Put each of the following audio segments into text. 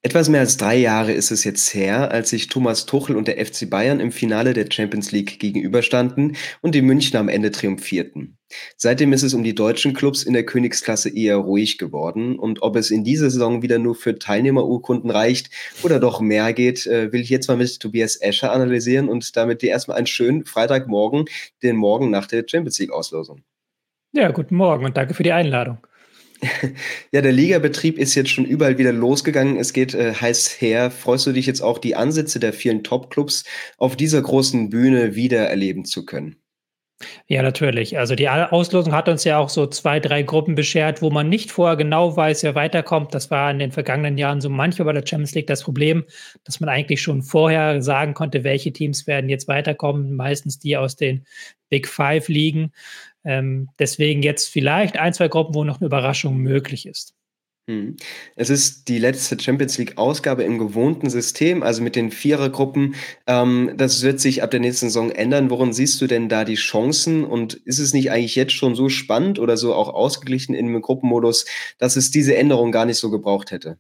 Etwas mehr als 3 Jahre ist es jetzt her, als sich Thomas Tuchel und der FC Bayern im Finale der Champions League gegenüberstanden und die Münchner am Ende triumphierten. Seitdem ist es um die deutschen Clubs in der Königsklasse eher ruhig geworden, und ob es in dieser Saison wieder nur für Teilnehmerurkunden reicht oder doch mehr geht, will ich jetzt mal mit Tobias Escher analysieren und damit dir erstmal einen schönen Freitagmorgen, den Morgen nach der Champions League Auslosung. Ja, guten Morgen und danke für die Einladung. Ja, der Ligabetrieb ist jetzt schon überall wieder losgegangen. Es geht heiß her. Freust du dich jetzt auch, die Ansätze der vielen Top-Clubs auf dieser großen Bühne wieder erleben zu können? Ja, natürlich. Also die Auslosung hat uns ja auch so 2, 3 Gruppen beschert, wo man nicht vorher genau weiß, wer weiterkommt. Das war in den vergangenen Jahren so manchmal bei der Champions League das Problem, dass man eigentlich schon vorher sagen konnte, welche Teams werden jetzt weiterkommen, meistens die aus den Big Five Ligen. Deswegen jetzt vielleicht ein, 2 Gruppen, wo noch eine Überraschung möglich ist. Mhm. Es ist die letzte Champions League-Ausgabe im gewohnten System, also mit den Vierergruppen. Das wird sich ab der nächsten Saison ändern. Worin siehst du denn da die Chancen? Und ist es nicht eigentlich jetzt schon so spannend oder so auch ausgeglichen im Gruppenmodus, dass es diese Änderung gar nicht so gebraucht hätte?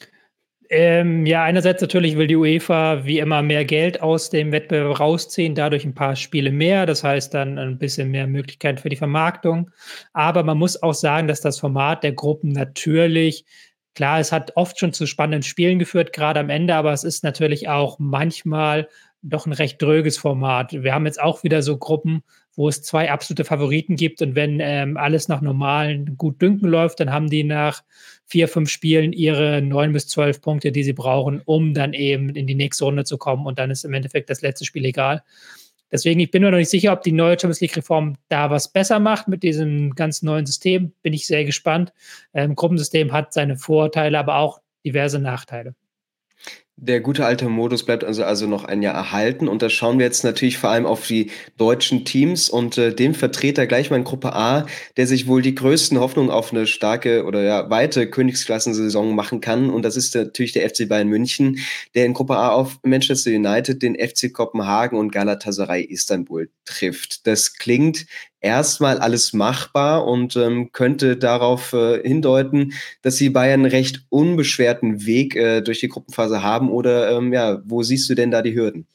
Ja, einerseits natürlich will die UEFA wie immer mehr Geld aus dem Wettbewerb rausziehen, dadurch ein paar Spiele mehr. Das heißt dann ein bisschen mehr Möglichkeit für die Vermarktung. Aber man muss auch sagen, dass das Format der Gruppen natürlich klar, es hat oft schon zu spannenden Spielen geführt, gerade am Ende, aber es ist natürlich auch manchmal doch ein recht dröges Format. Wir haben jetzt auch wieder so Gruppen, wo es 2 absolute Favoriten gibt und wenn, alles nach normalen Gutdünken läuft, dann haben die nach 4, 5 Spielen ihre 9 bis 12 Punkte, die sie brauchen, um dann eben in die nächste Runde zu kommen und dann ist im Endeffekt das letzte Spiel egal. Deswegen, ich bin mir noch nicht sicher, ob die neue Champions League-Reform da was besser macht mit diesem ganz neuen System. Bin ich sehr gespannt. Gruppensystem hat seine Vorteile, aber auch diverse Nachteile. Der gute alte Modus bleibt also noch ein Jahr erhalten, und da schauen wir jetzt natürlich vor allem auf die deutschen Teams und, dem Vertreter gleich mal in Gruppe A, der sich wohl die größten Hoffnungen auf eine starke oder ja weite Königsklassensaison machen kann, und das ist natürlich der FC Bayern München, der in Gruppe A auf Manchester United, den FC Kopenhagen und Galatasaray Istanbul trifft. Das klingt erstmal alles machbar und, könnte darauf, hindeuten, dass die Bayern 'n recht unbeschwerten Weg, durch die Gruppenphase haben, oder, ja, wo siehst du denn da die Hürden?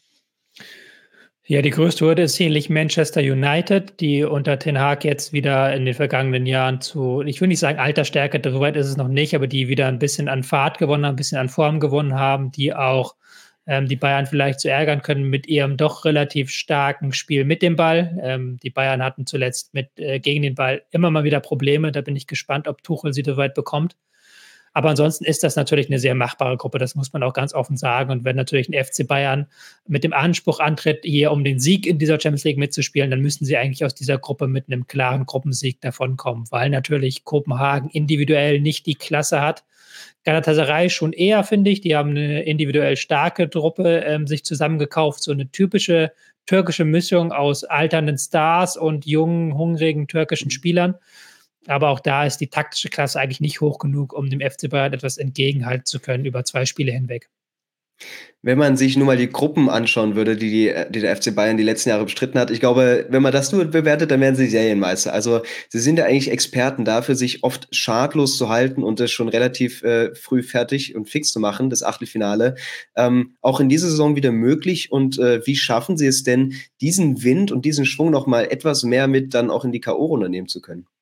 Ja, die größte Hürde ist sicherlich Manchester United, die unter Ten Hag jetzt wieder in den vergangenen Jahren zu ich will nicht sagen Altersstärke, so weit ist es noch nicht, aber die wieder ein bisschen an Fahrt gewonnen haben, ein bisschen an Form gewonnen haben, die auch, die Bayern vielleicht zu ärgern können mit ihrem doch relativ starken Spiel mit dem Ball. Die Bayern hatten zuletzt gegen den Ball immer mal wieder Probleme. Da bin ich gespannt, ob Tuchel sie so weit bekommt. Aber ansonsten ist das natürlich eine sehr machbare Gruppe, das muss man auch ganz offen sagen. Und wenn natürlich 'n FC Bayern mit dem Anspruch antritt, hier um den Sieg in dieser Champions League mitzuspielen, dann müssen sie eigentlich aus dieser Gruppe mit einem klaren Gruppensieg davonkommen, weil natürlich Kopenhagen individuell nicht die Klasse hat. Galatasaray schon eher, finde ich. Die haben eine individuell starke Truppe, sich zusammengekauft, so eine typische türkische Mischung aus alternden Stars und jungen, hungrigen türkischen Spielern. Aber auch da ist die taktische Klasse eigentlich nicht hoch genug, um dem FC Bayern etwas entgegenhalten zu können über 2 Spiele hinweg. Wenn man sich nur mal die Gruppen anschauen würde, die der FC Bayern die letzten Jahre bestritten hat, ich glaube, wenn man das nur bewertet, dann wären sie Serienmeister. Also, sie sind ja eigentlich Experten dafür, sich oft schadlos zu halten und das schon relativ, früh fertig und fix zu machen, das Achtelfinale. Auch in dieser Saison wieder möglich, und, wie schaffen sie es denn, diesen Wind und diesen Schwung noch mal etwas mehr mit dann auch in die K.O.-Runde nehmen zu können?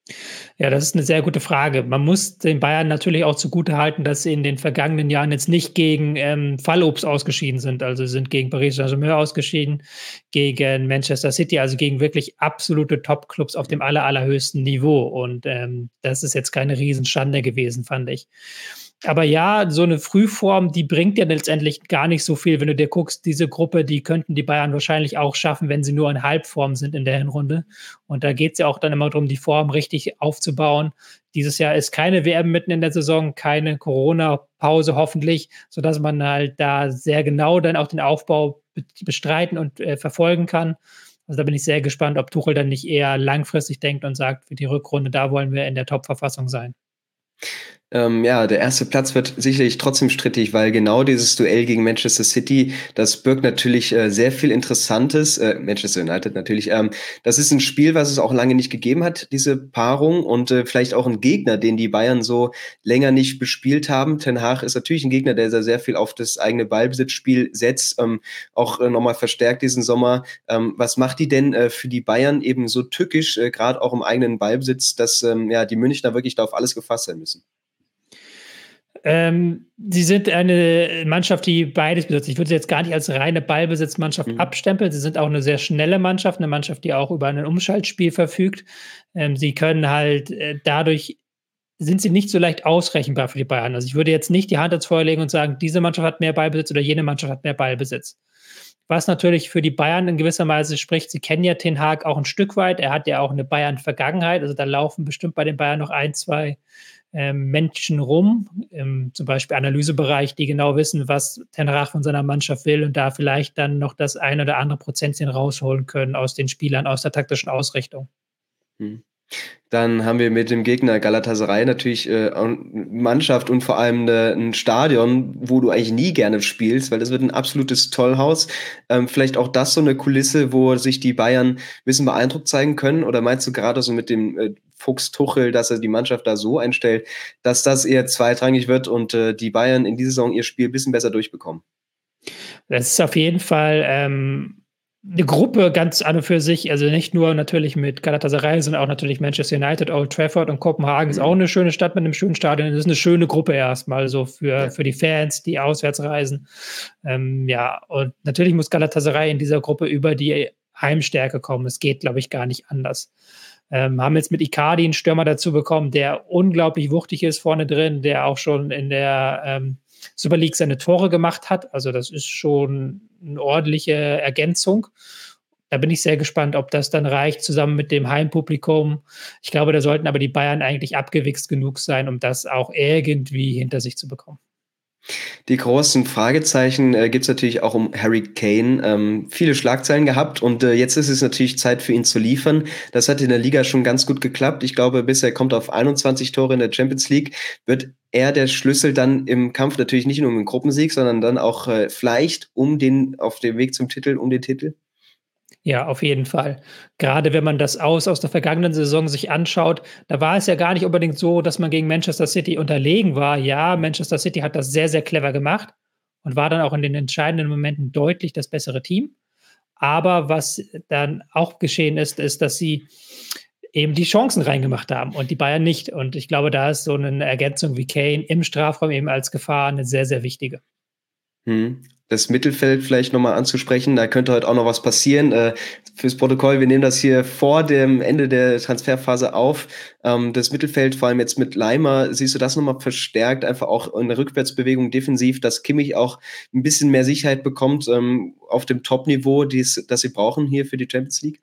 Ja, das ist eine sehr gute Frage. Man muss den Bayern natürlich auch zugutehalten, dass sie in den vergangenen Jahren jetzt nicht gegen, Fallobst ausgeschieden sind. Also, sie sind gegen Paris Saint-Germain ausgeschieden, gegen Manchester City, also gegen wirklich absolute Topclubs auf dem allerhöchsten Niveau. Und, das ist jetzt keine Riesenschande gewesen, fand ich. Aber ja, so eine Frühform, die bringt dir letztendlich gar nicht so viel, wenn du dir guckst, diese Gruppe, die könnten die Bayern wahrscheinlich auch schaffen, wenn sie nur in Halbform sind in der Hinrunde. Und da geht's ja auch dann immer drum, die Form richtig aufzubauen. Dieses Jahr ist keine WM mitten in der Saison, keine Corona-Pause hoffentlich, sodass man halt da sehr genau dann auch den Aufbau bestreiten und, verfolgen kann. Also, da bin ich sehr gespannt, ob Tuchel dann nicht eher langfristig denkt und sagt: „Für die Rückrunde, da wollen wir in der Top-Verfassung sein.“ Ja, der erste Platz wird sicherlich trotzdem strittig, weil genau dieses Duell gegen Manchester City, das birgt natürlich sehr viel Interessantes. Manchester United natürlich. Das ist ein Spiel, was es auch lange nicht gegeben hat, diese Paarung und vielleicht auch ein Gegner, den die Bayern so länger nicht bespielt haben. Ten Hag ist natürlich ein Gegner, der sehr viel auf das eigene Ballbesitzspiel setzt, auch nochmal verstärkt diesen Sommer. Was macht die denn für die Bayern eben so tückisch, gerade auch im eigenen Ballbesitz, dass ja, die Münchner wirklich da auf alles gefasst sein müssen? Sie sind eine Mannschaft, die beides besitzt. Ich würde sie jetzt gar nicht als reine Ballbesitzmannschaft Mhm. abstempeln. Sie sind auch eine sehr schnelle Mannschaft, eine Mannschaft, die auch über ein Umschaltspiel verfügt. Sie können halt, dadurch sind sie nicht so leicht ausrechenbar für die Bayern. Also, ich würde jetzt nicht die Hand ins Feuer legen und sagen, diese Mannschaft hat mehr Ballbesitz oder jene Mannschaft hat mehr Ballbesitz. Was natürlich für die Bayern in gewisser Weise spricht, sie kennen ja Ten Hag auch ein Stück weit. Er hat ja auch eine Bayern-Vergangenheit. Also, da laufen bestimmt bei den Bayern noch ein, 2 Menschen rum, im zum Beispiel Analysebereich, die genau wissen, was Ten Hag von seiner Mannschaft will und da vielleicht dann noch das ein oder andere Prozentchen rausholen können aus den Spielern, aus der taktischen Ausrichtung. Mhm. Dann haben wir mit dem Gegner Galatasaray natürlich Mannschaft und vor allem 'n Stadion, wo du eigentlich nie gerne spielst, weil das wird ein absolutes Tollhaus. Vielleicht auch das so eine Kulisse, wo sich die Bayern ein bisschen beeindruckt zeigen können? Oder meinst du gerade so mit dem Fuchs Tuchel, dass er die Mannschaft da so einstellt, dass das eher zweitrangig wird und die Bayern in dieser Saison ihr Spiel ein bisschen besser durchbekommen? Das ist auf jeden Fall, 'ne Gruppe ganz an und für sich, also nicht nur natürlich mit Galatasaray, sondern auch natürlich Manchester United, Old Trafford und Kopenhagen ist auch Mhm. 'ne schöne Stadt mit 'nem schönen Stadion. Das ist 'ne schöne Gruppe erst mal so Ja. für die Fans, die auswärts reisen. Ja, und natürlich muss Galatasaray in dieser Gruppe über die Heimstärke kommen. Es geht, glaube ich, gar nicht anders. Haben jetzt mit Icardi 'n Stürmer dazu bekommen, der unglaublich wuchtig ist vorne drin, der auch schon in der, Super League seine Tore gemacht hat. Also, das ist schon 'ne ordentliche Ergänzung. Da bin ich sehr gespannt, ob das dann reicht zusammen mit dem Heimpublikum. Ich glaube, da sollten aber die Bayern eigentlich abgewichst genug sein, um das auch irgendwie hinter sich zu bekommen. Die großen Fragezeichen gibt es natürlich auch um Harry Kane. Viele Schlagzeilen gehabt und jetzt ist es natürlich Zeit für ihn zu liefern. Das hat in der Liga schon ganz gut geklappt. Ich glaube, bisher kommt er auf 21 Tore in der Champions League. Wird er der Schlüssel dann im Kampf natürlich nicht nur um den Gruppensieg, sondern dann auch vielleicht auf dem Weg zum Titel, um den Titel? Ja, auf jeden Fall. Gerade wenn man das aus der vergangenen Saison sich anschaut, da war es ja gar nicht unbedingt so, dass man gegen Manchester City unterlegen war. Ja, Manchester City hat das sehr, sehr clever gemacht und war dann auch in den entscheidenden Momenten deutlich das bessere Team. Aber was dann auch geschehen ist, ist, dass sie eben die Chancen reingemacht haben und die Bayern nicht. Und ich glaube, da ist so eine Ergänzung wie Kane im Strafraum eben als Gefahr eine sehr, sehr wichtige. Mhm. Das Mittelfeld vielleicht noch mal anzusprechen, da könnte heute auch noch was passieren. Fürs Protokoll, wir nehmen das hier vor dem Ende der Transferphase auf. Das Mittelfeld, vor allem jetzt mit Leimer, siehst du das noch mal verstärkt, einfach auch in der Rückwärtsbewegung defensiv, dass Kimmich auch ein bisschen mehr Sicherheit bekommt, auf dem Top-Niveau, das sie brauchen hier für die Champions League?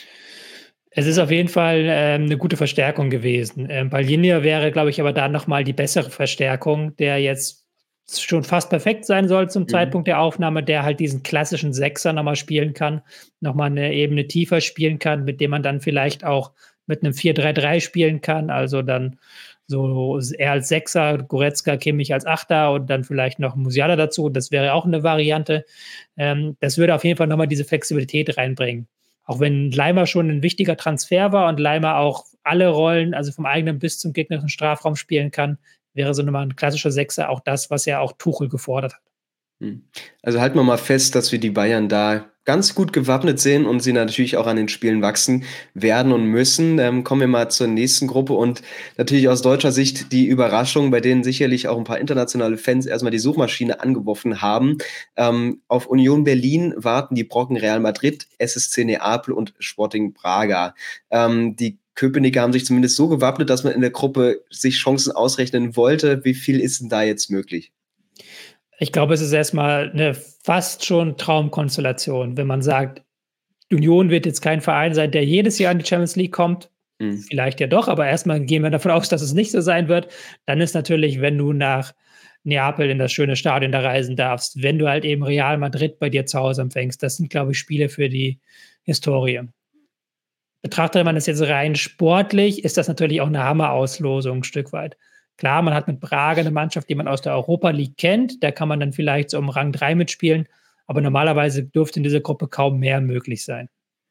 Es ist auf jeden Fall, 'ne gute Verstärkung gewesen. Palhinha wäre, glaube ich, aber da noch mal die bessere Verstärkung, der jetzt schon fast perfekt sein soll zum Mhm. Zeitpunkt der Aufnahme, der halt diesen klassischen Sechser noch mal spielen kann, noch mal 'ne Ebene tiefer spielen kann, mit dem man dann vielleicht auch mit 'nem 4-3-3 spielen kann. Also, dann so er als Sechser, Goretzka, Kimmich als Achter und dann vielleicht noch Musiala dazu. Das wäre auch 'ne Variante. Das würde auf jeden Fall noch mal diese Flexibilität reinbringen. Auch wenn Leimer schon ein wichtiger Transfer war und Leimer auch alle Rollen, also vom eigenen bis zum gegnerischen Strafraum spielen kann, wäre so noch mal 'n klassischer Sechser auch das, was ja auch Tuchel gefordert hat. Mhm. Also halten wir mal fest, dass wir die Bayern da ganz gut gewappnet sehen und sie natürlich auch an den Spielen wachsen werden und müssen. Kommen wir mal zur nächsten Gruppe und natürlich aus deutscher Sicht die Überraschung, bei denen sicherlich auch ein paar internationale Fans erstmal die Suchmaschine angeworfen haben. Auf Union Berlin warten die Brocken Real Madrid, SSC Neapel und Sporting Braga. Die Köpenicker haben sich zumindest so gewappnet, dass man in der Gruppe sich Chancen ausrechnen wollte. Wie viel ist denn da jetzt möglich? Ich glaube, es ist erst mal 'ne fast schon Traumkonstellation, wenn man sagt, Union wird jetzt kein Verein sein, der jedes Jahr in die Champions League kommt. Mhm. Vielleicht ja doch, aber erst mal gehen wir davon aus, dass es nicht so sein wird. Dann ist natürlich, wenn du nach Neapel in das schöne Stadion da reisen darfst, wenn du halt eben Real Madrid bei dir zu Hause empfängst, das sind, glaube ich, Spiele für die Historie. Betrachtet man das jetzt rein sportlich, ist das natürlich auch 'ne Hammerauslosung 'n Stück weit. Klar, man hat mit Braga eine Mannschaft, die man aus der Europa League kennt. Da kann man dann vielleicht so um Rang 3 mitspielen, aber normalerweise dürfte in dieser Gruppe kaum mehr möglich sein.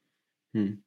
Mhm.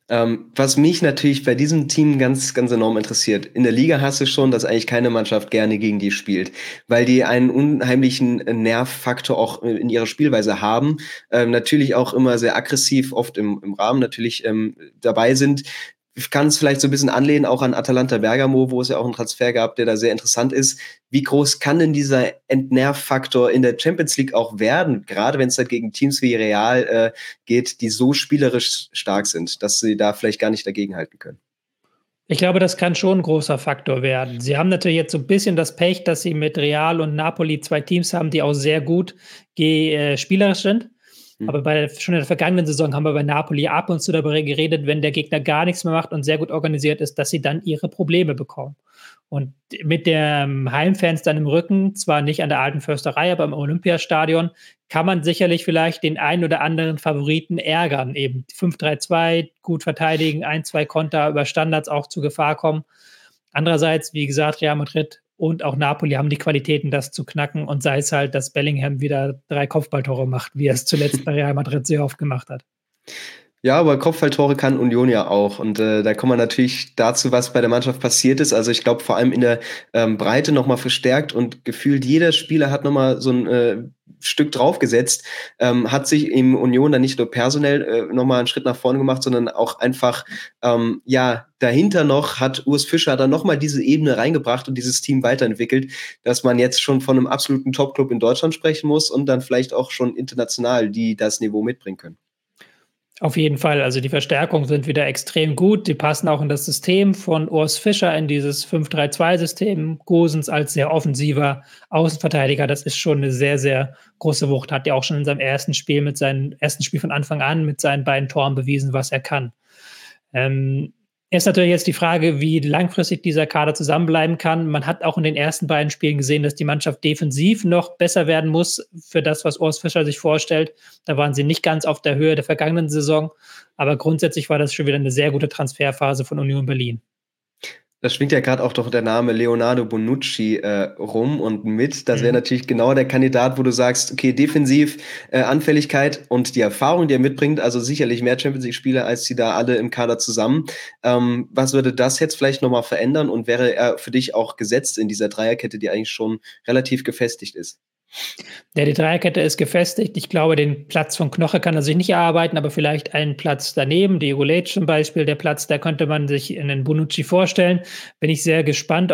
Was mich natürlich bei diesem Team ganz, ganz enorm interessiert: In der Liga hast du schon, dass eigentlich keine Mannschaft gerne gegen die spielt, weil die einen unheimlichen Nervfaktor auch in ihrer Spielweise haben, natürlich auch immer sehr aggressiv, oft im Rahmen natürlich dabei sind. Ich kann es vielleicht so ein bisschen anlehnen auch an Atalanta Bergamo, wo es ja auch einen Transfer gab, der da sehr interessant ist. Wie groß kann denn dieser Entnervfaktor in der Champions League auch werden, gerade wenn es halt gegen Teams wie Real geht, die so spielerisch stark sind, dass sie da vielleicht gar nicht dagegenhalten können? Ich glaube, das kann schon 'n großer Faktor werden. Sie haben natürlich jetzt so 'n bisschen das Pech, dass sie mit Real und Napoli 2 Teams haben, die auch sehr gut spielerisch sind. Mhm. Aber schon in der vergangenen Saison haben wir bei Napoli ab und zu darüber geredet, wenn der Gegner gar nichts mehr macht und sehr gut organisiert ist, dass sie dann ihre Probleme bekommen. Und mit den Heimfans dann im Rücken, zwar nicht an der Alten Försterei, aber im Olympiastadion, kann man sicherlich vielleicht den einen oder anderen Favoriten ärgern. Eben 5-3-2, gut verteidigen, 1, 2 Konter über Standards auch zu Gefahr kommen. Andererseits, wie gesagt, Real Madrid und auch Napoli haben die Qualitäten, das zu knacken, und sei es halt, dass Bellingham wieder 3 Kopfballtore macht, wie er es zuletzt bei Real Madrid sehr oft gemacht hat. Ja, aber Kopfballtore kann Union ja auch. Und da kommen wir natürlich dazu, was bei der Mannschaft passiert ist. Also ich glaube, vor allem in der Breite nochmal verstärkt, und gefühlt jeder Spieler hat nochmal so ein Stück draufgesetzt, hat sich im Union dann nicht nur personell nochmal einen Schritt nach vorne gemacht, sondern auch einfach, ja, dahinter noch hat Urs Fischer dann nochmal diese Ebene reingebracht und dieses Team weiterentwickelt, dass man jetzt schon von einem absoluten Top-Club in Deutschland sprechen muss und dann vielleicht auch schon international, die das Niveau mitbringen können. Auf jeden Fall. Also, die Verstärkungen sind wieder extrem gut. Die passen auch in das System von Urs Fischer, in dieses 5-3-2 System. Gosens als sehr offensiver Außenverteidiger, das ist schon eine sehr, sehr große Wucht. Hat ja auch schon in seinem ersten Spiel von Anfang an mit seinen beiden Toren bewiesen, was er kann. Ähm, Ist natürlich jetzt die Frage, wie langfristig dieser Kader zusammenbleiben kann. Man hat auch in den ersten beiden Spielen gesehen, dass die Mannschaft defensiv noch besser werden muss für das, was Urs Fischer sich vorstellt. Da waren sie nicht ganz auf der Höhe der vergangenen Saison, aber grundsätzlich war das schon wieder eine sehr gute Transferphase von Union Berlin. Da schwingt ja gerade auch doch der Name Leonardo Bonucci rum und mit. Das wäre Mhm. natürlich genau der Kandidat, wo du sagst, okay, defensiv, Anfälligkeit und die Erfahrung, die er mitbringt, also sicherlich mehr Champions League-Spieler als die da alle im Kader zusammen. Was würde das jetzt vielleicht noch mal verändern, und wäre er für dich auch gesetzt in dieser Dreierkette, die eigentlich schon relativ gefestigt ist? Ja, die Dreierkette ist gefestigt. Ich glaube, den Platz von Knoche kann er sich nicht erarbeiten, aber vielleicht einen Platz daneben, Diego Lage zum Beispiel, der Platz, da könnte man sich in den Bonucci vorstellen. Bin ich sehr gespannt,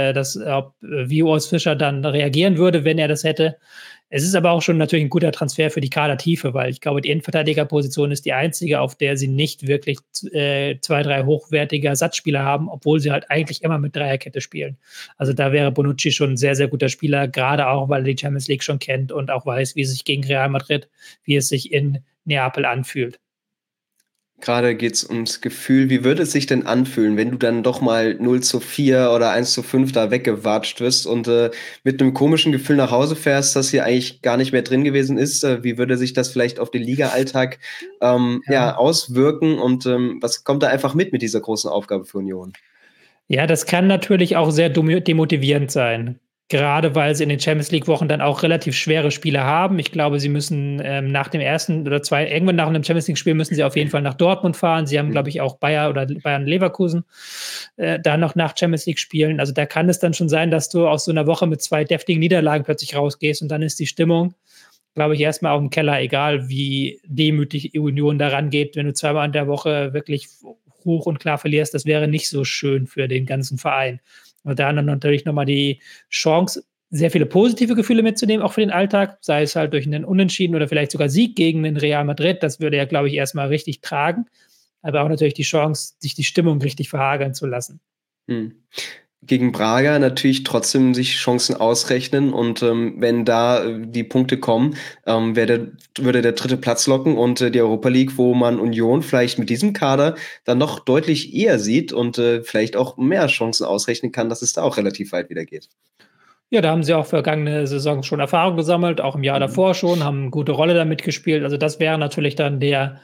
wie Urs Fischer dann reagieren würde, wenn er das hätte. Es ist aber auch schon natürlich ein guter Transfer für die Kadertiefe, weil ich glaube, die Innenverteidigerposition ist die einzige, auf der sie nicht wirklich 2, 3 hochwertige Ersatzspieler haben, obwohl sie halt eigentlich immer mit Dreierkette spielen. Also da wäre Bonucci schon ein sehr, sehr guter Spieler, gerade auch, weil er die Champions League schon kennt und auch weiß, wie es sich gegen Real Madrid, wie es sich in Neapel anfühlt. Gerade geht's ums Gefühl. Wie würde es sich denn anfühlen, wenn du dann doch mal 0:4 oder 1:5 da weggewatscht wirst und mit einem komischen Gefühl nach Hause fährst, das hier eigentlich gar nicht mehr drin gewesen ist? Wie würde sich das vielleicht auf den Ligaalltag Ja. ja, auswirken, und was kommt da einfach mit dieser großen Aufgabe für Union? Ja, das kann natürlich auch sehr demotivierend sein. Gerade weil sie in den Champions League-Wochen dann auch relativ schwere Spiele haben. Ich glaube, sie müssen nach dem ersten oder zwei, irgendwann nach einem Champions League-Spiel müssen sie auf jeden Fall nach Dortmund fahren. Sie haben, glaube Mhm. ich, auch Bayern Leverkusen da noch nach Champions League spielen. Also da kann es dann schon sein, dass du aus so einer Woche mit 2 deftigen Niederlagen plötzlich rausgehst, und dann ist die Stimmung, glaube ich, erstmal auf dem Keller, egal wie demütig Union daran geht. Wenn du zweimal in der Woche wirklich hoch und klar verlierst, das wäre nicht so schön für den ganzen Verein. Und da dann natürlich nochmal die Chance, sehr viele positive Gefühle mitzunehmen, auch für den Alltag, sei es halt durch einen Unentschieden oder vielleicht sogar Sieg gegen den Real Madrid. Das würde ja, glaube ich, erstmal richtig tragen. Aber auch natürlich die Chance, sich die Stimmung richtig verhageln zu lassen. Mhm. Gegen Braga natürlich trotzdem sich Chancen ausrechnen, und wenn da die Punkte kommen, würde der dritte Platz locken, und die Europa League, wo man Union vielleicht mit diesem Kader dann noch deutlich eher sieht und vielleicht auch mehr Chancen ausrechnen kann, dass es da auch relativ weit wieder geht. Ja, da haben sie auch vergangene Saison schon Erfahrung gesammelt, auch im Jahr Mhm. davor schon, haben 'ne gute Rolle da mitgespielt. Also, das wäre natürlich dann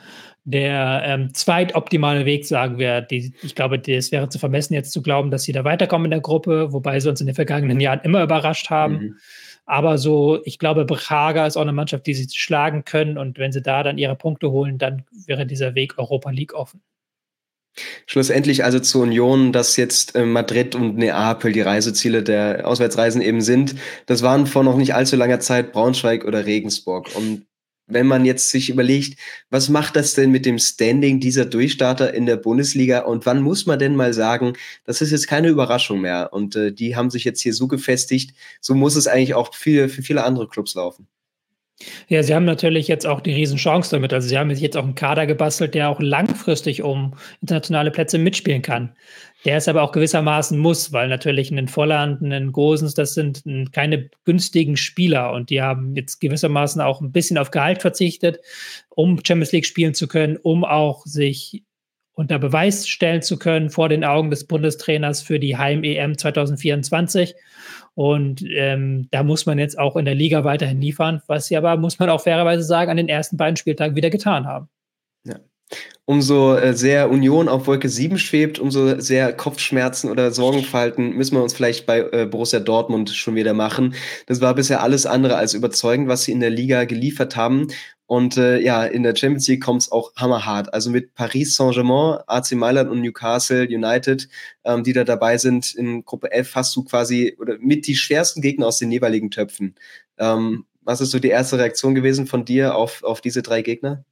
der zweitoptimale Weg, sagen wir. Ich glaube, das wäre zu vermessen, jetzt zu glauben, dass sie da weiterkommen in der Gruppe, wobei sie uns in den vergangenen Jahren immer überrascht haben. Mhm. Aber so, ich glaube, Braga ist auch 'ne Mannschaft, die sie schlagen können, und wenn sie da dann ihre Punkte holen, dann wäre dieser Weg Europa League offen. Schlussendlich also zur Union, dass jetzt, Madrid und Neapel die Reiseziele der Auswärtsreisen eben sind. Das waren vor noch nicht allzu langer Zeit Braunschweig oder Regensburg. Und wenn man jetzt sich überlegt, was macht das denn mit dem Standing dieser Durchstarter in der Bundesliga und wann muss man denn mal sagen, das ist jetzt keine Überraschung mehr und, die haben sich jetzt hier so gefestigt, so muss es eigentlich auch für viele andere Clubs laufen. Ja, sie haben natürlich jetzt auch die Riesenchance damit. Also, sie haben sich jetzt auch 'n Kader gebastelt, der auch langfristig um internationale Plätze mitspielen kann. Der es aber auch gewissermaßen muss, weil natürlich 'nen Volland, 'nen Gosens, das sind, keine günstigen Spieler, und die haben jetzt gewissermaßen auch 'n bisschen auf Gehalt verzichtet, um Champions League spielen zu können, um auch sich unter Beweis stellen zu können vor den Augen des Bundestrainers für die Heim-EM 2024. Und, da muss man jetzt auch in der Liga weiterhin liefern, was sie aber, muss man auch fairerweise sagen, an den ersten beiden Spieltagen wieder getan haben. Ja. Umso, sehr Union auf Wolke 7 schwebt, umso sehr Kopfschmerzen oder Sorgenfalten müssen wir uns vielleicht bei, Borussia Dortmund schon wieder machen. Das war bisher alles andere als überzeugend, was sie in der Liga geliefert haben. Und, ja, in der Champions League kommt's auch hammerhart. Also, mit Paris Saint-Germain, AC Mailand und Newcastle United, die da dabei sind in Gruppe F, hast du quasi oder mit die schwersten Gegner aus den jeweiligen Töpfen. Was ist so die erste Reaktion gewesen von dir auf diese 3 Gegner?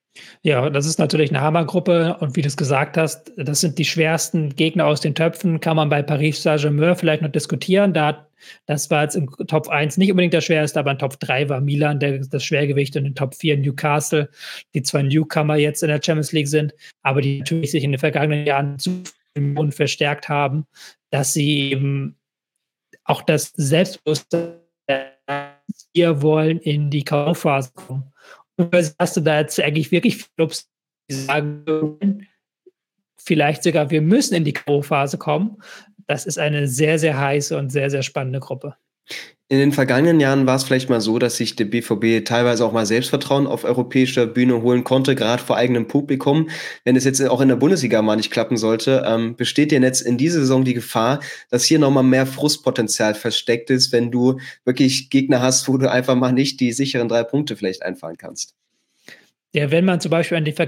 Ja, das ist natürlich 'ne Hammergruppe, und wie du's gesagt hast, das sind die schwersten Gegner aus den Töpfen. Kann man bei Paris Saint-Germain vielleicht noch diskutieren. Das war jetzt im Top 1 nicht unbedingt das Schwerste, aber in Top 3 war Milan das Schwergewicht, und in Top 4 Newcastle, die zwar Newcomer jetzt in der Champions League sind, aber die natürlich sich in den vergangenen Jahren so verstärkt haben, dass sie eben auch das Selbstbewusstsein, wir wollen in die K.O.-Phase kommen. Und hast du da jetzt eigentlich wirklich Clubs, die sagen, vielleicht sogar, wir müssen in die K.O.-Phase kommen? Das ist eine sehr, sehr heiße und sehr, sehr spannende Gruppe. In den vergangenen Jahren war es vielleicht mal so, dass sich der BVB teilweise auch mal Selbstvertrauen auf europäischer Bühne holen konnte, gerade vor eigenem Publikum. Wenn es jetzt auch in der Bundesliga mal nicht klappen sollte, besteht denn jetzt in dieser Saison die Gefahr, dass hier noch mal mehr Frustpotenzial versteckt ist, wenn du wirklich Gegner hast, wo du einfach mal nicht die sicheren 3 Punkte vielleicht einfahren kannst? Ja, wenn man zum Beispiel an die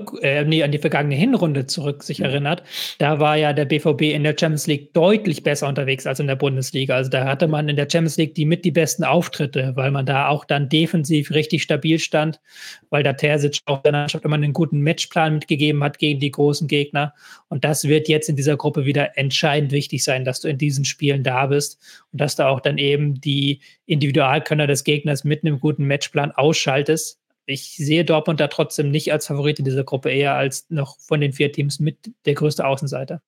an die vergangene Hinrunde sich Mhm. erinnert, da war ja der BVB in der Champions League deutlich besser unterwegs als in der Bundesliga. Also, da hatte man in der Champions League die besten Auftritte, weil man da auch dann defensiv richtig stabil stand, weil da Terzic auch der Mannschaft immer einen guten Matchplan mitgegeben hat gegen die großen Gegner. Und das wird jetzt in dieser Gruppe wieder entscheidend wichtig sein, dass du in diesen Spielen da bist und dass du auch dann eben die Individualkönner des Gegners mit einem guten Matchplan ausschaltest. Ich sehe Dortmund da trotzdem nicht als Favorit in dieser Gruppe, eher als noch von den 4 Teams mit der größte Außenseiter.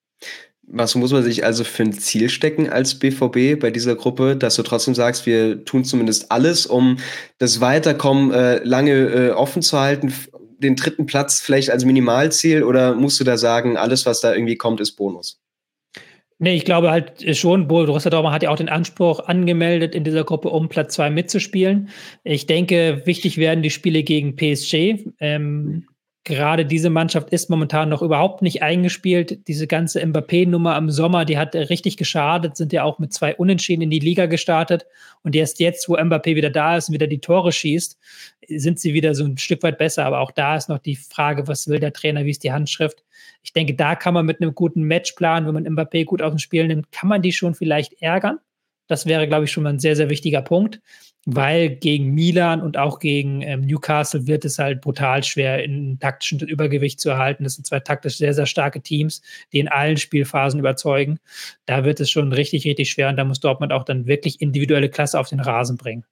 Was muss man sich also für ein Ziel stecken als BVB bei dieser Gruppe, dass du trotzdem sagst: „Wir tun zumindest alles, um das Weiterkommen, lange, offen zu halten, f den dritten Platz vielleicht als Minimalziel“, oder musst du da sagen: „Alles, was da irgendwie kommt, ist Bonus?“ Ne, ich glaube halt, schon, Borussia Dortmund hat ja auch den Anspruch angemeldet, in dieser Gruppe um Platz 2 mitzuspielen. Ich denke, wichtig werden die Spiele gegen PSG. Mhm. Grade diese Mannschaft ist momentan noch überhaupt nicht eingespielt. Diese ganze Mbappé-Nummer im Sommer, die hat, richtig geschadet, sind ja auch mit 2 Unentschieden in die Liga gestartet. Und erst jetzt, wo Mbappé wieder da ist und wieder die Tore schießt, sind sie wieder so 'n Stück weit besser. Aber auch da ist noch die Frage: Was will der Trainer? Wie ist die Handschrift? Ich denke, da kann man mit 'nem guten Matchplan, wenn man Mbappé gut aus'm Spiel nimmt, kann man die schon vielleicht ärgern. Das wäre, glaube ich, schon mal 'n sehr, sehr wichtiger Punkt, weil gegen Milan und auch gegen, Newcastle wird es halt brutal schwer, 'n taktischen Übergewicht zu erhalten. Das sind 2 taktisch sehr, sehr starke Teams, die in allen Spielphasen überzeugen. Da wird es schon richtig, richtig schwer, und da muss Dortmund auch dann wirklich individuelle Klasse auf den Rasen bringen.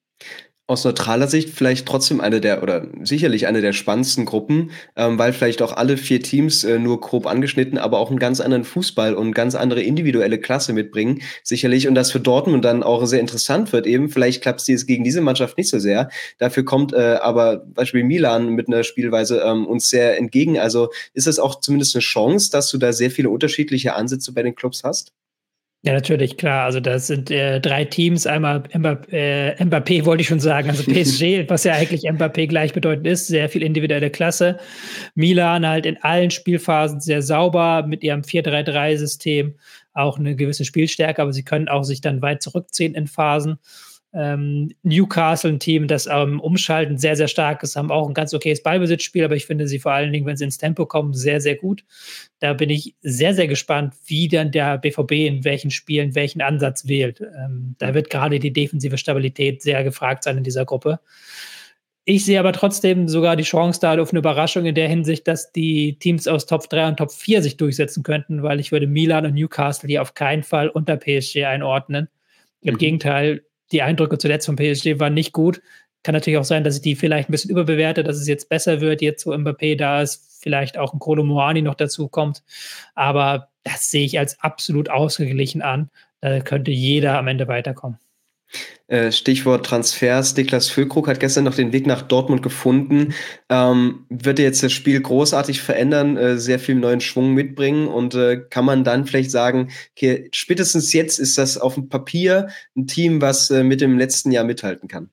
Aus neutraler Sicht vielleicht trotzdem eine der oder sicherlich eine der spannendsten Gruppen, weil vielleicht auch alle 4 Teams, nur grob angeschnitten, aber auch einen ganz anderen Fußball und ganz andere individuelle Klasse mitbringen, sicherlich. Und das für Dortmund dann auch sehr interessant wird eben. Vielleicht klappt es gegen diese Mannschaft nicht so sehr. Dafür kommt, aber Beispiel Milan mit einer Spielweise, uns sehr entgegen. Also, ist es auch zumindest eine Chance, dass du da sehr viele unterschiedliche Ansätze bei den Clubs hast? Ja, natürlich, klar. Also, das sind, 3 Teams. Einmal Mbappé wollte ich schon sagen, also PSG, was ja eigentlich Mbappé gleichbedeutend ist, sehr viel individuelle Klasse. Milan halt in allen Spielphasen sehr sauber mit ihrem 4-3-3-System, auch eine gewisse Spielstärke, aber sie können auch sich dann weit zurückziehen in Phasen. Newcastle, ein Team, das am Umschalten sehr, sehr stark ist, haben auch ein ganz okayes Ballbesitzspiel, aber ich finde sie vor allen Dingen, wenn sie ins Tempo kommen, sehr, sehr gut. Da bin ich sehr, sehr gespannt, wie dann der BVB in welchen Spielen welchen Ansatz wählt. Da wird gerade die defensive Stabilität sehr gefragt sein in dieser Gruppe. Ich sehe aber trotzdem sogar die Chance da auf eine Überraschung in der Hinsicht, dass die Teams aus Top 3 und Top 4 sich durchsetzen könnten, weil ich würde Milan und Newcastle hier auf keinen Fall unter PSG einordnen. Im Mhm. Gegenteil, die Eindrücke zuletzt von PSG waren nicht gut. Kann natürlich auch sein, dass ich die vielleicht ein bisschen überbewerte, dass es jetzt besser wird, jetzt wo Mbappé da ist, vielleicht auch ein Kolo Muani noch dazu kommt. Aber das sehe ich als absolut ausgeglichen an. Da könnte jeder am Ende weiterkommen. Stichwort Transfers. Niklas Füllkrug hat gestern noch den Weg nach Dortmund gefunden. Wird er jetzt das Spiel großartig verändern, sehr viel neuen Schwung mitbringen und kann man dann vielleicht sagen, okay, spätestens jetzt ist das auf dem Papier ein Team, was mit dem letzten Jahr mithalten kann?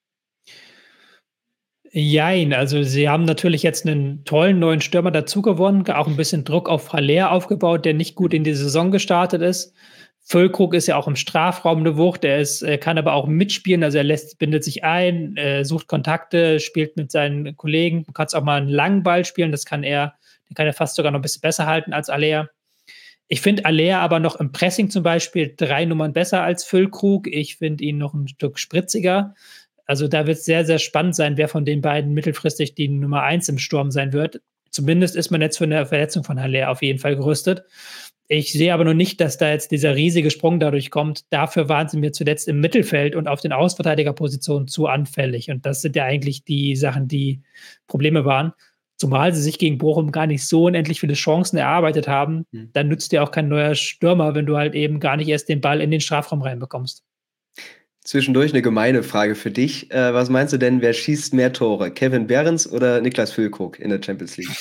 Jein, also sie haben natürlich jetzt einen tollen neuen Stürmer dazu gewonnen, auch ein bisschen Druck auf Haller aufgebaut, der nicht gut in die Saison gestartet ist. Füllkrug ist ja auch im Strafraum eine Wucht, er ist kann aber auch mitspielen, also er bindet sich ein, sucht Kontakte, spielt mit seinen Kollegen. Du kannst auch mal einen langen Ball spielen, den kann er fast sogar noch ein bisschen besser halten als Haller. Ich finde Haller aber noch im Pressing zum Beispiel 3 Nummern besser als Füllkrug. Ich finde ihn noch ein Stück spritziger. Also da wird es sehr, sehr spannend sein, wer von den beiden mittelfristig die Nummer 1 im Sturm sein wird. Zumindest ist man jetzt für eine Verletzung von Haller auf jeden Fall gerüstet. Ich sehe aber noch nicht, dass da jetzt dieser riesige Sprung dadurch kommt. Dafür waren sie mir zuletzt im Mittelfeld und auf den Außenverteidigerpositionen zu anfällig. Und das sind ja eigentlich die Sachen, die Probleme waren. Zumal sie sich gegen Bochum gar nicht so unendlich viele Chancen erarbeitet haben. Mhm. Dann nützt dir auch kein neuer Stürmer, wenn du halt eben gar nicht erst den Ball in den Strafraum reinbekommst. Zwischendurch eine gemeine Frage für dich. Was meinst du denn, wer schießt mehr Tore? Kevin Behrens oder Niklas Füllkrug in der Champions League?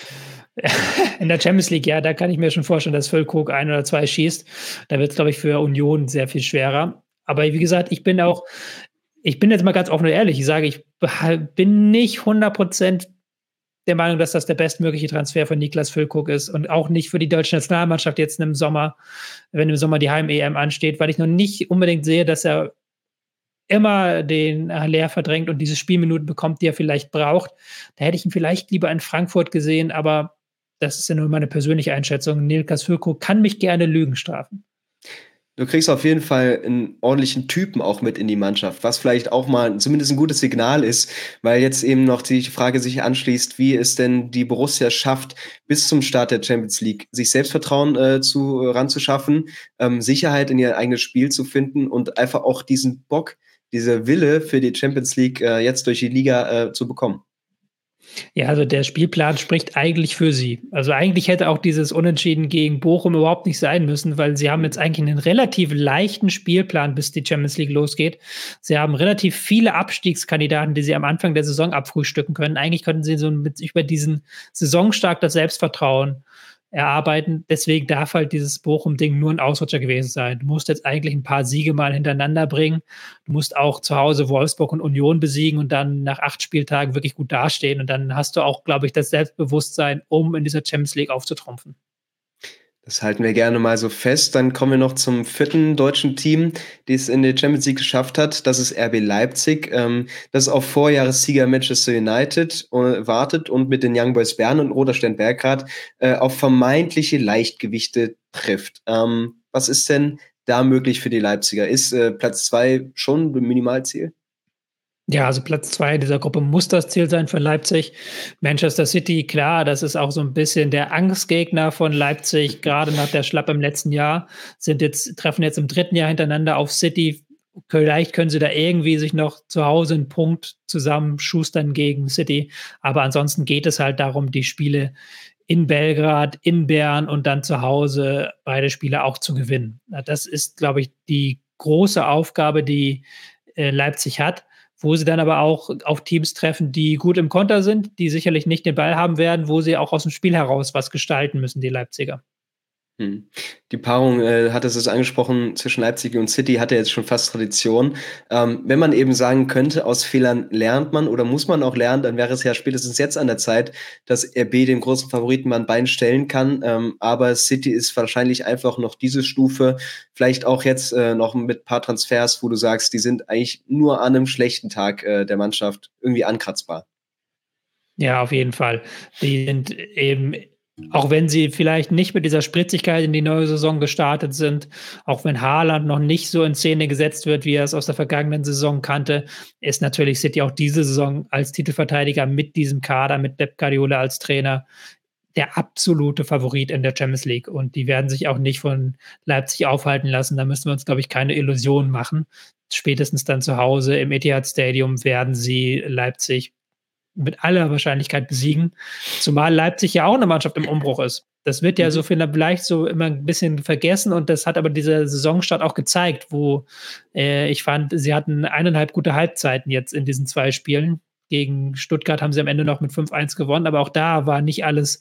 In der Champions League, ja, da kann ich mir schon vorstellen, dass Füllkrug 1 oder 2 schießt. Da wird es, glaube ich, für Union sehr viel schwerer. Aber wie gesagt, ich bin jetzt mal ganz offen und ehrlich. Ich sage, ich bin nicht 100% der Meinung, dass das der bestmögliche Transfer von Niklas Füllkrug ist und auch nicht für die deutsche Nationalmannschaft jetzt im Sommer, wenn im Sommer die Heim-EM ansteht, weil ich noch nicht unbedingt sehe, dass er immer den Haller verdrängt und diese Spielminuten bekommt, die er vielleicht braucht. Da hätte ich ihn vielleicht lieber in Frankfurt gesehen, aber das ist ja nur meine persönliche Einschätzung. Niklas Füllkrug kann mich gerne Lügen strafen. Du kriegst auf jeden Fall einen ordentlichen Typen auch mit in die Mannschaft, was vielleicht auch mal zumindest ein gutes Signal ist, weil jetzt eben noch die Frage sich anschließt, wie es denn die Borussia schafft, bis zum Start der Champions League sich Selbstvertrauen ranzuschaffen, Sicherheit in ihr eigenes Spiel zu finden und einfach auch diesen Bock, diese Wille für die Champions League jetzt durch die Liga zu bekommen. Ja, also der Spielplan spricht eigentlich für sie. Also eigentlich hätte auch dieses Unentschieden gegen Bochum überhaupt nicht sein müssen, weil sie haben jetzt eigentlich einen relativ leichten Spielplan, bis die Champions League losgeht. Sie haben relativ viele Abstiegskandidaten, die sie am Anfang der Saison abfrühstücken können. Eigentlich könnten sie so mit über diesen Saisonstart das Selbstvertrauen erarbeiten. Deswegen darf halt dieses Bochum-Ding nur ein Ausrutscher gewesen sein. Du musst jetzt eigentlich ein paar Siege mal hintereinander bringen. Du musst auch zu Hause Wolfsburg und Union besiegen und dann nach 8 Spieltagen wirklich gut dastehen. Und dann hast du auch, glaube ich, das Selbstbewusstsein, um in dieser Champions League aufzutrumpfen. Das halten wir gerne mal so fest. Dann kommen wir noch zum vierten deutschen Team, die es in die Champions League geschafft hat. Das ist RB Leipzig, das auf Vorjahressieger Manchester United wartet und mit den Young Boys Bern und Roter Stern Belgrad auf vermeintliche Leichtgewichte trifft. Was ist denn da möglich für die Leipziger? Ist Platz 2 schon ein Minimalziel? Ja, also Platz 2 dieser Gruppe muss das Ziel sein für Leipzig. Manchester City, klar, das ist auch so ein bisschen der Angstgegner von Leipzig, gerade nach der Schlappe im letzten Jahr, treffen jetzt im 3. Jahr hintereinander auf City. Vielleicht können sie da irgendwie sich noch zu Hause einen Punkt zusammenschustern gegen City, aber ansonsten geht es halt darum, die Spiele in Belgrad, in Bern und dann zu Hause beide Spiele auch zu gewinnen. Das ist, glaube ich, die große Aufgabe, die Leipzig hat, wo sie dann aber auch auf Teams treffen, die gut im Konter sind, die sicherlich nicht den Ball haben werden, wo sie auch aus dem Spiel heraus was gestalten müssen, die Leipziger. Mhm. Die Paarung, hattest du's angesprochen, zwischen Leipzig und City hat ja jetzt schon fast Tradition. Wenn man eben sagen könnte, aus Fehlern lernt man oder muss man auch lernen, dann wäre es ja spätestens jetzt an der Zeit, dass RB dem großen Favoriten mal 'n Bein stellen kann. Aber City ist wahrscheinlich einfach noch diese Stufe, vielleicht auch jetzt, noch mit paar Transfers, wo du sagst, die sind eigentlich nur an 'nem schlechten Tag, der Mannschaft irgendwie ankratzbar. Ja, auf jeden Fall. Die sind eben auch wenn sie vielleicht nicht mit dieser Spritzigkeit in die neue Saison gestartet sind, auch wenn Haaland noch nicht so in Szene gesetzt wird, wie er es aus der vergangenen Saison kannte, ist natürlich City auch diese Saison als Titelverteidiger mit diesem Kader, mit Pep Guardiola als Trainer, der absolute Favorit in der Champions League. Und die werden sich auch nicht von Leipzig aufhalten lassen. Da müssen wir uns, glaube ich, keine Illusionen machen. Spätestens dann zu Hause im Etihad Stadium werden sie Leipzig mit aller Wahrscheinlichkeit besiegen, zumal Leipzig ja auch 'ne Mannschaft im Umbruch ist. Das wird ja so Mhm. vielleicht so immer 'n bisschen vergessen und das hat aber dieser Saisonstart auch gezeigt, wo, ich fand, sie hatten 1,5 gute Halbzeiten jetzt in diesen 2 Spielen. Gegen Stuttgart haben sie am Ende noch mit 5:1 gewonnen, aber auch da war nicht alles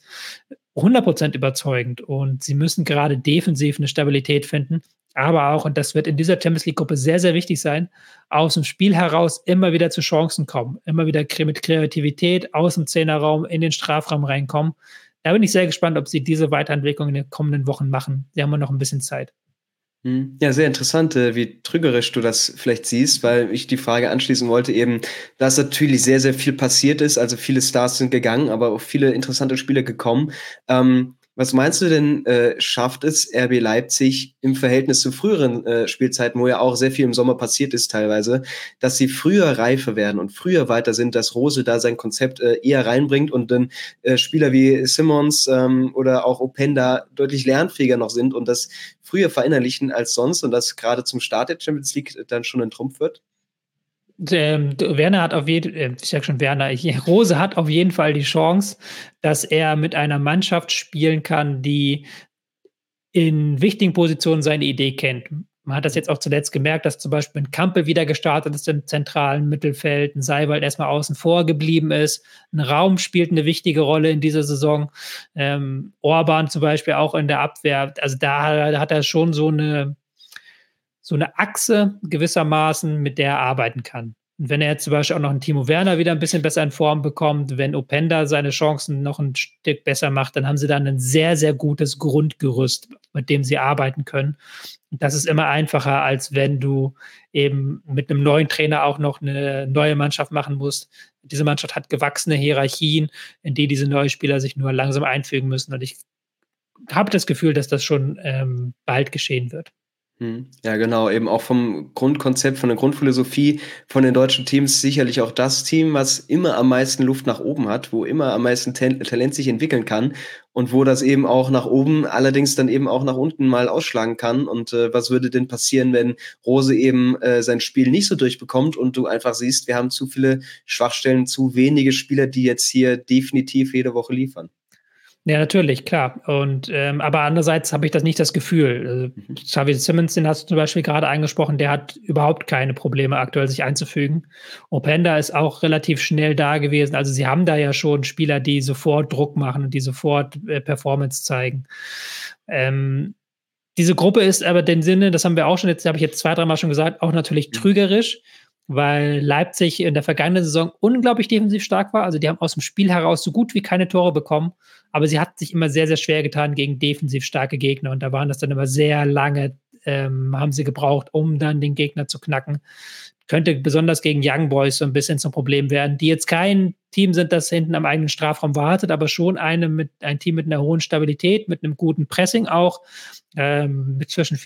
100% überzeugend und sie müssen grade defensiv 'ne Stabilität finden, aber auch, und das wird in dieser Champions League Gruppe sehr, sehr wichtig sein, aus'm Spiel heraus immer wieder zu Chancen kommen, immer wieder mit Kreativität aus'm Zehnerraum in den Strafraum reinkommen. Da bin ich sehr gespannt, ob sie diese Weiterentwicklung in den kommenden Wochen machen. Wir haben ja noch 'n bisschen Zeit. Mhm. Ja, sehr interessant, wie trügerisch du das vielleicht siehst, weil ich die Frage anschließen wollte eben, dass natürlich sehr, sehr viel passiert ist. Also, viele Stars sind gegangen, aber auch viele interessante Spieler gekommen. Was meinst du denn, schafft es RB Leipzig im Verhältnis zu früheren, Spielzeiten, wo ja auch sehr viel im Sommer passiert ist teilweise, dass sie früher reifer werden und früher weiter sind, dass Rose da sein Konzept, eher reinbringt und dann, Spieler wie Simons, oder auch Openda deutlich lernfähiger noch sind und das früher verinnerlichen als sonst und das gerade zum Start der Champions League dann schon 'n Trumpf wird? Werner hat auf jeden ich sage schon Werner, Rose hat auf jeden Fall die Chance, dass er mit einer Mannschaft spielen kann, die in wichtigen Positionen seine Idee kennt. Man hat das jetzt auch zuletzt gemerkt, dass zum Beispiel 'n Kampel wieder gestartet ist im zentralen Mittelfeld, 'n Seiwald erst mal außen vor geblieben ist. 'N Raum spielt 'ne wichtige Rolle in dieser Saison. Orban zum Beispiel auch in der Abwehr. Also, da hat er schon so 'ne Achse gewissermaßen, mit der er arbeiten kann. Und wenn er jetzt zum Beispiel auch noch 'n Timo Werner wieder 'n bisschen besser in Form bekommt, wenn Openda seine Chancen noch 'n Stück besser macht, dann haben sie da 'nen sehr, sehr gutes Grundgerüst, mit dem sie arbeiten können. Und das ist immer einfacher, als wenn du eben mit 'nem neuen Trainer auch noch 'ne neue Mannschaft machen musst. Diese Mannschaft hat gewachsene Hierarchien, in die diese neuen Spieler sich nur langsam einfügen müssen. Und ich habe das Gefühl, dass das schon, bald geschehen wird. Mhm. Ja, genau, eben auch vom Grundkonzept, von der Grundphilosophie von den deutschen Teams sicherlich auch das Team, was immer am meisten Luft nach oben hat, wo immer am meisten Talent sich entwickeln kann und wo das eben auch nach oben, allerdings dann eben auch nach unten mal ausschlagen kann. Und, was würde denn passieren, wenn Rose eben, sein Spiel nicht so durchbekommt und du einfach siehst, wir haben zu viele Schwachstellen, zu wenige Spieler, die jetzt hier definitiv jede Woche liefern? Ja, natürlich, klar. Und, aber andererseits habe ich das nicht das Gefühl. Mhm. Xavi Simons, den hast du zum Beispiel gerade angesprochen, der hat überhaupt keine Probleme aktuell, sich einzufügen. Openda ist auch relativ schnell da gewesen. Also, sie haben da ja schon Spieler, die sofort Druck machen und die sofort, Performance zeigen. Ähm, diese Gruppe ist aber in dem Sinne, das haben wir auch schon jetzt habe ich jetzt 2, dreimal schon gesagt, auch natürlich Mhm. trügerisch, weil Leipzig in der vergangenen Saison unglaublich defensiv stark war. Also, die haben aus'm Spiel heraus so gut wie keine Tore bekommen, aber sie hatten sich immer sehr, sehr schwer getan gegen defensiv starke Gegner und da waren das dann immer sehr lange haben sie gebraucht, um dann den Gegner zu knacken. Könnte besonders gegen Young Boys so 'n bisschen zum Problem werden, die jetzt kein Team sind, das hinten am eigenen Strafraum wartet, aber schon ein Team mit 'ner hohen Stabilität, mit 'nem guten Pressing auch, mit zwischen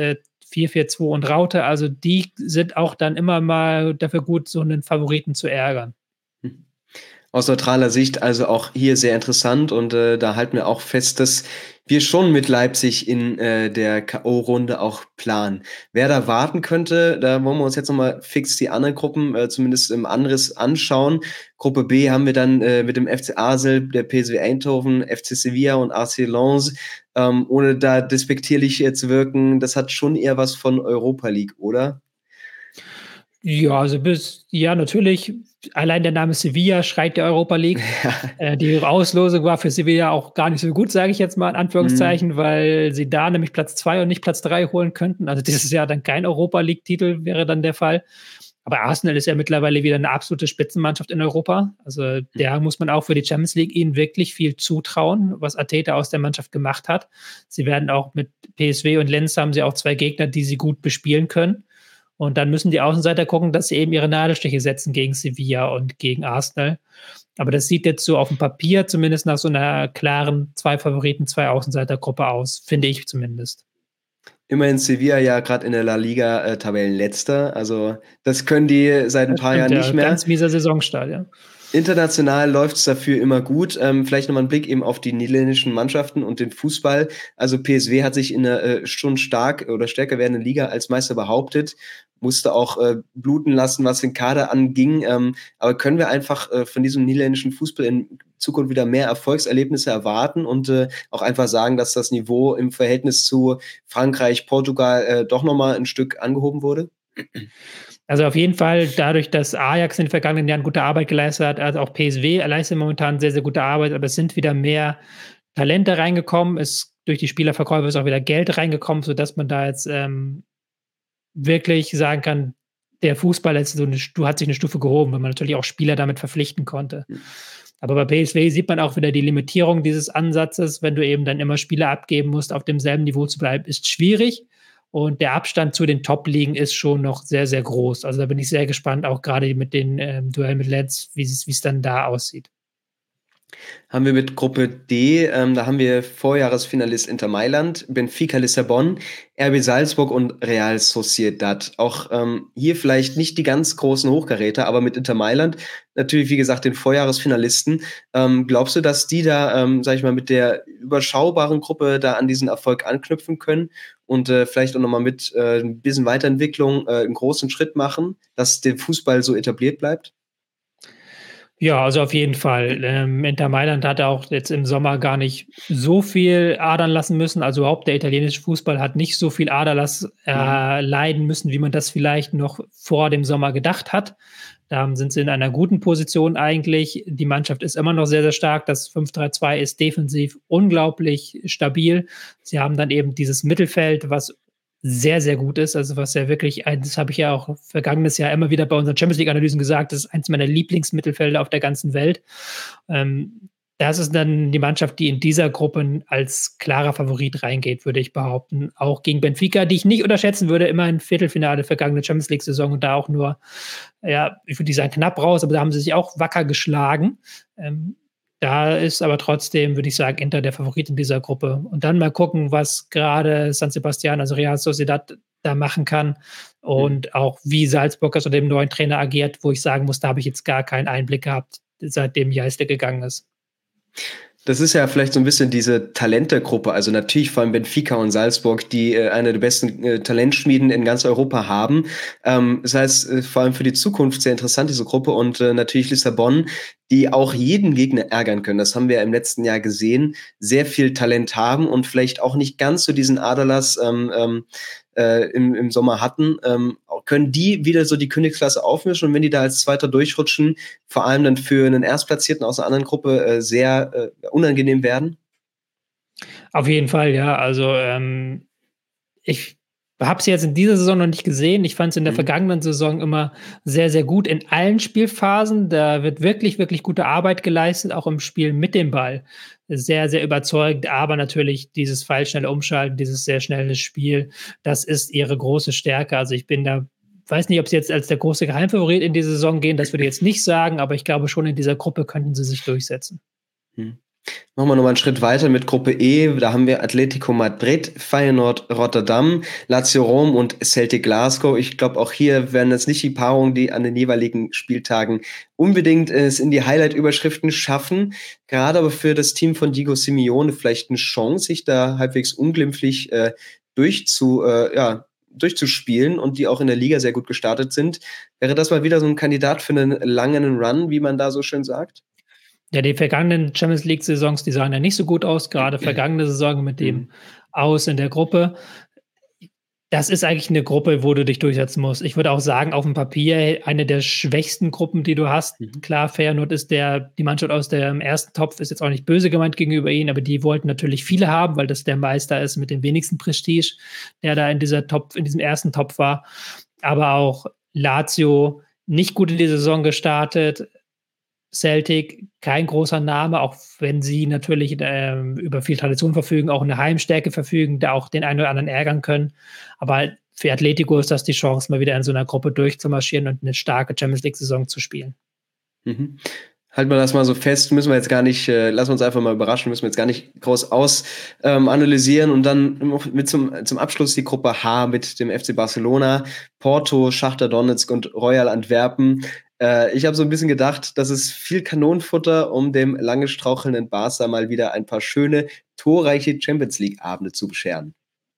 4-4-2 und Raute. Also, die sind auch dann immer mal dafür gut, so 'nen Favoriten zu ärgern. Mhm. Aus neutraler Sicht also auch hier sehr interessant und, da halten wir auch fest, dass wir schon mit Leipzig in, der K.O.-Runde auch planen. Wer da warten könnte, da wollen wir uns jetzt noch mal fix die anderen Gruppen, zumindest im Anriss anschauen. Gruppe B haben wir dann, mit dem FC Basel, der PSV Eindhoven, FC Sevilla und AC Lens. Ohne da despektierlich, zu wirken, das hat schon eher was von Europa League, oder? Ja, also ja, natürlich, allein der Name Sevilla schreit ja Europa League. Ja. Die Auslosung war für Sevilla auch gar nicht so gut, sage ich jetzt mal in Mhm. Anführungszeichen, weil sie da nämlich Platz 2 und nicht Platz 3 holen könnten. Also, dieses Jahr dann kein Europa League-Titel wäre dann der Fall. Aber Arsenal ist ja mittlerweile wieder 'ne absolute Spitzenmannschaft in Europa. Also, da muss man auch für die Champions League ihnen wirklich viel zutrauen, was Arteta aus der Mannschaft gemacht hat. Sie werden auch mit PSV und Lens haben sie auch 2 Gegner, die sie gut bespielen können. Und dann müssen die Außenseiter gucken, dass sie eben ihre Nadelstiche setzen gegen Sevilla und gegen Arsenal. Aber das sieht jetzt so aufm Papier zumindest nach so 'ner klaren 2 Favoriten, 2 Außenseitergruppe aus, finde ich zumindest. Immerhin Sevilla ja grad in der La Liga, Tabellenletzter. Also, das können die seit 'n Das paar stimmt, Jahren ja. nicht mehr. Ganz mieser Saisonstart, ja. International läuft's dafür immer gut. Vielleicht noch mal 'n Blick eben auf die niederländischen Mannschaften und den Fußball. Also, PSV hat sich in 'ner, schon stark oder stärker werdenden Liga als Meister behauptet, musste auch, bluten lassen, was den Kader anging. Aber können wir einfach, von diesem niederländischen Fußball in Zukunft wieder mehr Erfolgserlebnisse erwarten und, auch einfach sagen, dass das Niveau im Verhältnis zu Frankreich, Portugal, doch noch mal 'n Stück angehoben wurde? Also, auf jeden Fall dadurch, dass Ajax in den vergangenen Jahren gute Arbeit geleistet hat, also auch PSV leistet momentan sehr, sehr gute Arbeit, aber es sind wieder mehr Talente reingekommen. Durch die Spielerverkäufe ist auch wieder Geld reingekommen, sodass man da jetzt, wirklich sagen kann, der Fußball ist so 'ne hat sich 'ne Stufe gehoben, weil man natürlich auch Spieler damit verpflichten konnte. Aber bei PSV sieht man auch wieder die Limitierung dieses Ansatzes. Wenn du eben dann immer Spieler abgeben musst, auf demselben Niveau zu bleiben, ist schwierig. Und der Abstand zu den Top-Ligen ist schon noch sehr, sehr groß. Also, da bin ich sehr gespannt, auch grade mit den, Duell mit Lens, wie's dann da aussieht. Haben wir mit Gruppe D, da haben wir Vorjahresfinalist Inter Mailand, Benfica Lissabon, RB Salzburg und Real Sociedad. Auch, hier vielleicht nicht die ganz großen Hochkaräter, aber mit Inter Mailand natürlich, wie gesagt, den Vorjahresfinalisten. Glaubst du, dass die da, sage ich mal, mit der überschaubaren Gruppe da an diesen Erfolg anknüpfen können und, vielleicht auch noch mal mit, 'n bisschen Weiterentwicklung, 'n großen Schritt machen, dass der Fußball so etabliert bleibt? Ja, also auf jeden Fall. Inter Mailand hat auch jetzt im Sommer gar nicht so viel adern lassen müssen. Also überhaupt der italienische Fußball hat nicht so viel Aderlass, Mhm. leiden müssen, wie man das vielleicht noch vor dem Sommer gedacht hat. Da sind sie in einer guten Position eigentlich. Die Mannschaft ist immer noch sehr, sehr stark. Das 5-3-2 ist defensiv unglaublich stabil. Sie haben dann eben dieses Mittelfeld, was sehr, sehr gut ist. Also, was ja wirklich das habe ich ja auch vergangenes Jahr immer wieder bei unseren Champions League-Analysen gesagt, das ist eins meiner Lieblingsmittelfelder auf der ganzen Welt. Das ist dann die Mannschaft, die in dieser Gruppe als klarer Favorit reingeht, würde ich behaupten. Auch gegen Benfica, die ich nicht unterschätzen würde, immerhin Viertelfinale vergangene Champions League-Saison und da auch nur, ja, ich würde nicht sagen knapp raus, aber da haben sie sich auch wacker geschlagen. Ähm, Da ist aber trotzdem, würde ich sagen, Inter der Favorit in dieser Gruppe. Und dann mal gucken, was gerade San Sebastian, also Real Sociedad, da machen kann Mhm. und auch wie Salzburg unter dem neuen Trainer agiert, wo ich sagen muss, da habe ich jetzt gar keinen Einblick gehabt, seitdem Jeißle gegangen ist. Das ist ja vielleicht so 'n bisschen diese Talentegruppe, also natürlich vor allem Benfica und Salzburg, die, eine der besten, Talentschmieden in ganz Europa haben. Das heißt, vor allem für die Zukunft sehr interessant, diese Gruppe und, natürlich Lissabon, die auch jeden Gegner ärgern können. Das haben wir im letzten Jahr gesehen, sehr viel Talent haben und vielleicht auch nicht ganz so diesen Aderlass, im Sommer hatten. Können die wieder so die Königsklasse aufmischen und wenn die da als Zweiter durchrutschen, vor allem dann für 'nen Erstplatzierten aus 'ner anderen Gruppe, sehr, unangenehm werden? Auf jeden Fall, ja. Also, ich habe sie jetzt in dieser Saison noch nicht gesehen. Ich fand es in der Mhm. vergangenen Saison immer sehr, sehr gut in allen Spielphasen. Da wird wirklich, wirklich gute Arbeit geleistet, auch im Spiel mit dem Ball. Sehr, sehr überzeugend, aber natürlich dieses pfeilschnelle Umschalten, dieses sehr schnelle Spiel, das ist ihre große Stärke. Also, ich bin da weiß nicht, ob sie jetzt als der große Geheimfavorit in die Saison gehen, das würde ich jetzt nicht sagen, aber ich glaube schon, in dieser Gruppe könnten sie sich durchsetzen. Mhm. Machen wir noch mal 'n Schritt weiter mit Gruppe E. Da haben wir Atletico Madrid, Feyenoord Rotterdam, Lazio Rom und Celtic Glasgow. Ich glaube, auch hier werden jetzt nicht die Paarungen, die an den jeweiligen Spieltagen unbedingt es in die Highlight-Überschriften schaffen. Gerade aber für das Team von Diego Simeone vielleicht 'ne Chance, sich da halbwegs unglimpflich, ja, durchzuspielen und die auch in der Liga sehr gut gestartet sind. Wäre das mal wieder so 'n Kandidat für 'nen langen Run, wie man da so schön sagt? Ja, die vergangenen Champions League-Saisons, die sahen ja nicht so gut aus, gerade vergangene Saison mit dem Mhm. Aus in der Gruppe. Das ist eigentlich 'ne Gruppe, wo du dich durchsetzen musst. Ich würde auch sagen, aufm Papier eine der schwächsten Gruppen, die du hast. Mhm. Klar, Feyenoord ist die Mannschaft aus dem 1. Topf ist jetzt auch nicht böse gemeint gegenüber ihnen, aber die wollten natürlich viele haben, weil das der Meister ist mit dem wenigsten Prestige, der da in diesem 1. Topf war. Aber auch Lazio nicht gut in die Saison gestartet. Celtic kein großer Name, auch wenn sie natürlich, über viel Tradition verfügen, auch 'ne Heimstärke verfügen, da auch den einen oder anderen ärgern können. Aber für Atletico ist das die Chance, mal wieder in so 'ner Gruppe durchzumarschieren und 'ne starke Champions-League-Saison zu spielen. Mhm. Halten wir das mal so fest, müssen wir jetzt gar nicht lassen wir uns einfach mal überraschen, müssen wir jetzt gar nicht groß analysieren und dann noch mit zum Abschluss die Gruppe H mit dem FC Barcelona, Porto, Schachtar Donezk und Royal Antwerpen. Ich habe so ein bisschen gedacht, das ist viel Kanonenfutter, um dem lange strauchelnden Barca mal wieder ein paar schöne, torreiche Champions-League-Abende zu bescheren.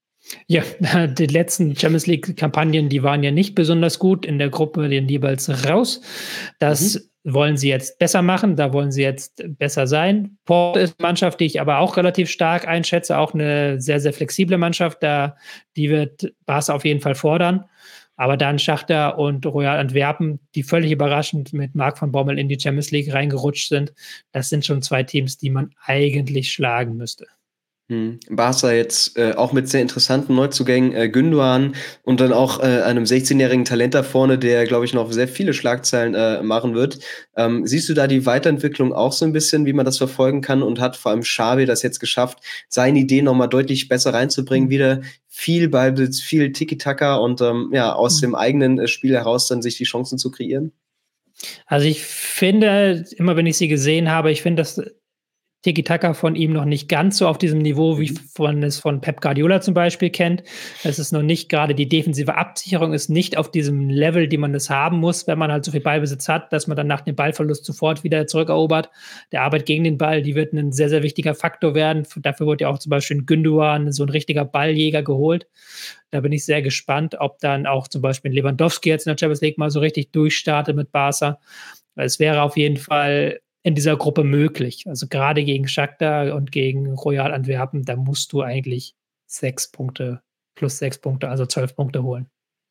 Ja, die letzten Champions League-Kampagnen, die waren ja nicht besonders gut in der Gruppe, den jeweils raus. Mhm. Das wollen sie jetzt besser machen, da wollen sie jetzt besser sein. Porto ist 'ne Mannschaft, die ich aber auch relativ stark einschätze, auch 'ne sehr, sehr flexible Mannschaft, die wird Barca auf jeden Fall fordern. Aber dann Schachtar und Royal Antwerpen, die völlig überraschend mit Marc van Bommel in die Champions League reingerutscht sind. Das sind schon 2 Teams, die man eigentlich schlagen müsste. Mhm. Barca jetzt, auch mit sehr interessanten Neuzugängen, Gündoğan und dann auch, einem 16-jährigen Talent da vorne, der, glaube ich, noch sehr viele Schlagzeilen, machen wird. Siehst du da die Weiterentwicklung auch so ein bisschen, wie man das verfolgen kann und hat vor allem Xavi das jetzt geschafft, seine Ideen noch mal deutlich besser reinzubringen, Mhm. wieder viel Ballbesitz, viel Tiki-Taka und, ja, aus Mhm. dem eigenen, Spiel heraus dann sich die Chancen zu kreieren? Also, ich finde, immer wenn ich sie gesehen habe, ich finde das Tiki-Taka von ihm noch nicht ganz so auf diesem Niveau, wie Mhm. man es von Pep Guardiola zum Beispiel kennt. Es ist noch nicht gerade die defensive Absicherung ist nicht auf diesem Level, die man das haben muss, wenn man halt so viel Ballbesitz hat, dass man dann nach dem Ballverlust sofort wieder zurückerobert. Der Arbeit gegen den Ball, die wird ein sehr, sehr wichtiger Faktor werden. Dafür wurde ja auch zum Beispiel 'n Gündoğan, so ein richtiger Balljäger geholt. Da bin ich sehr gespannt, ob dann auch zum Beispiel Lewandowski jetzt in der Champions League mal so richtig durchstartet mit Barca. Es wäre auf jeden Fall in dieser Gruppe möglich. Also gerade gegen Shakhtar und gegen Royal Antwerpen, da musst du eigentlich 6 Punkte plus 6 Punkte, also 12 Punkte holen.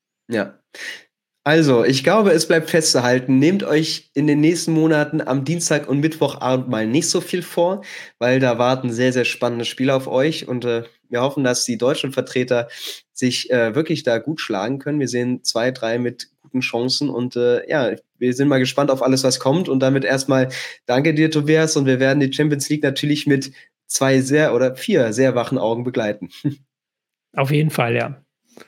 Ja. Also, ich glaube, es bleibt festzuhalten, nehmt euch in den nächsten Monaten am Dienstag und Mittwochabend mal nicht so viel vor, weil da warten sehr, sehr spannende Spiele auf euch und, wir hoffen, dass die deutschen Vertreter sich, wirklich da gut schlagen können. Wir sehen 2, 3 mit guten Chancen und, ja, wir sind mal gespannt auf alles, was kommt und damit erstmal danke dir, Tobias, und wir werden die Champions League natürlich mit 2 sehr oder 4 sehr wachen Augen begleiten. Auf jeden Fall, ja.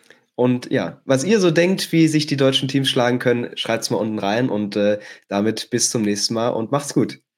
Und ja, was ihr so denkt, wie sich die deutschen Teams schlagen können, schreibt's mal unten rein und, damit bis zum nächsten Mal und macht's gut.